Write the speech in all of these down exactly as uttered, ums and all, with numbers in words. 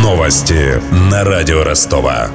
Новости на радио Ростова.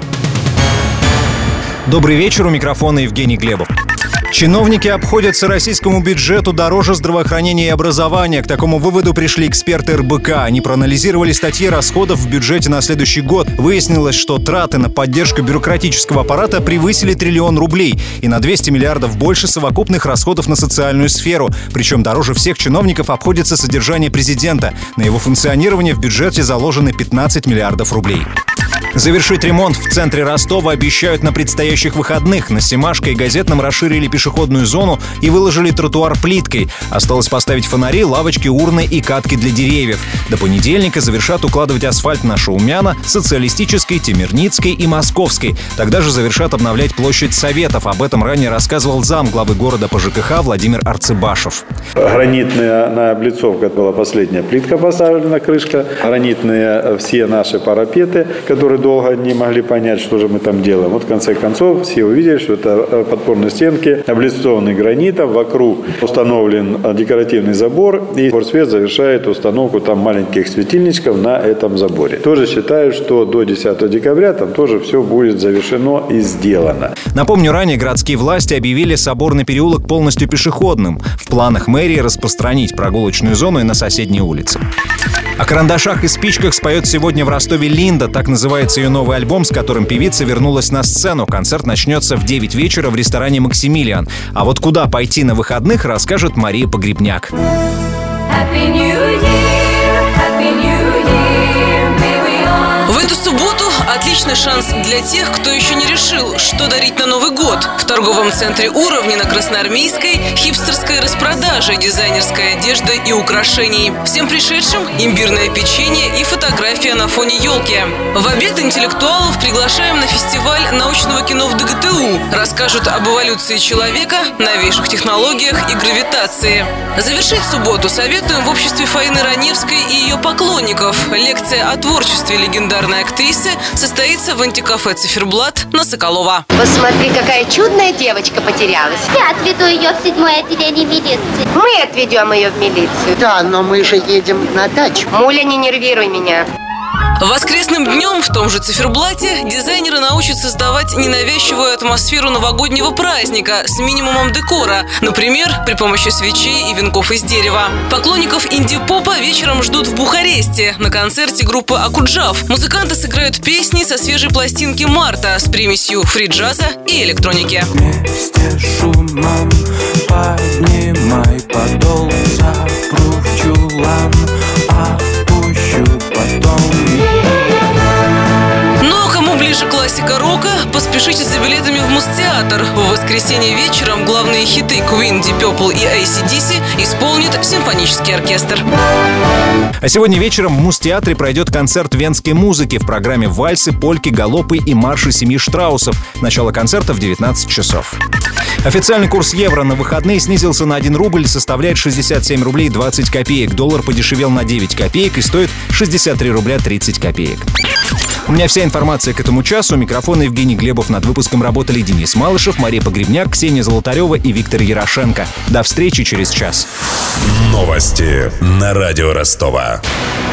Добрый вечер, у микрофона Евгений Глебов. Чиновники обходятся российскому бюджету дороже здравоохранения и образования. К такому выводу пришли эксперты эр бэ ка. Они проанализировали статьи расходов в бюджете на следующий год. Выяснилось, что траты на поддержку бюрократического аппарата превысили триллион рублей и на двести миллиардов больше совокупных расходов на социальную сферу. Причем дороже всех чиновников обходится содержание президента. На его функционирование в бюджете заложены пятнадцать миллиардов рублей. Завершить ремонт в центре Ростова обещают на предстоящих выходных. На Семашко и Газетном расширили пешеходную зону и выложили тротуар плиткой. Осталось поставить фонари, лавочки, урны и катки для деревьев. До понедельника завершат укладывать асфальт на Шаумяна, Социалистической, Темирницкой и Московской. Тогда же завершат обновлять площадь Советов. Об этом ранее рассказывал зам главы города по жэ ка ха Владимир Арцебашев. Гранитная на облицовка была последняя плитка поставлена, крышка. Гранитные все наши парапеты, которые долго не могли понять, что же мы там делаем. Вот в конце концов все увидели, что это подпорные стенки, облицованы гранитом, вокруг установлен декоративный забор, и Горсвет завершает установку там маленьких светильничков на этом заборе. Тоже считаю, что до десятого декабря там тоже все будет завершено и сделано. Напомню, ранее городские власти объявили Соборный переулок полностью пешеходным. В планах мэрии распространить прогулочную зону и на соседние улицы. О карандашах и спичках споет сегодня в Ростове Линда. Так называется ее новый альбом, с которым певица вернулась на сцену. Концерт начнется в девять вечера в ресторане «Максимилиан». А вот куда пойти на выходных, расскажет Мария Погребняк. Happy New Year, Happy New Year, may we all... В эту субботу отличный шанс для тех, кто еще не решил, что дарить на Новый год. В торговом центре «Уровни» на Красноармейской хипстерская распродажа дизайнерской одежды и украшений. Всем пришедшим имбирное печенье и фотография на фоне елки. В обед интеллектуалов приглашаем на фестиваль научного кино в дэ гэ тэ у. Расскажут об эволюции человека, новейших технологиях и гравитации. Завершить субботу советуем в обществе Фаины Раневской и ее поклонников. Лекция о творчестве легендарной актрисы состоится в антикафе «Циферблат» на Соколова. Посмотри, какая чудная девочка потерялась. Я отведу ее в седьмое отделение милиции. Мы отведем ее в милицию. Да, но мы же едем на дачу. Муля, не нервируй меня. Воскресным днем в том же «Циферблате» дизайнеры научат создавать ненавязчивую атмосферу новогоднего праздника с минимумом декора. Например, при помощи свечей и венков из дерева. Поклонников инди-попа вечером ждут в Бухаресте на концерте группы «Акуджав». Музыканты сыграют песни со свежей пластинки «Марта» с примесью фри-джаза и электроники. Вместе шумом поднимай подол, запру в чулан, опущу потом. Ну а кому ближе классика рока, поспешите за билетами в Мостеатр. В воскресенье вечером главные хиты Queen, Deep Purple и эй си/ди си исполнит симфонический оркестр. А сегодня вечером в Мустеатре пройдет концерт венской музыки. В программе вальсы, польки, галопы и марши семьи Штраусов. Начало концерта в девятнадцать часов. Официальный курс евро на выходные снизился на один рубль, составляет шестьдесят семь рублей двадцать копеек. Доллар подешевел на девять копеек и стоит шестьдесят три рубля тридцать копеек. У меня вся информация к этому часу. У микрофона Евгений Глебов. Над выпуском работали Денис Малышев, Мария Погребняк, Ксения Золотарева и Виктор Ярошенко. До встречи через час. Новости на радио Ростова.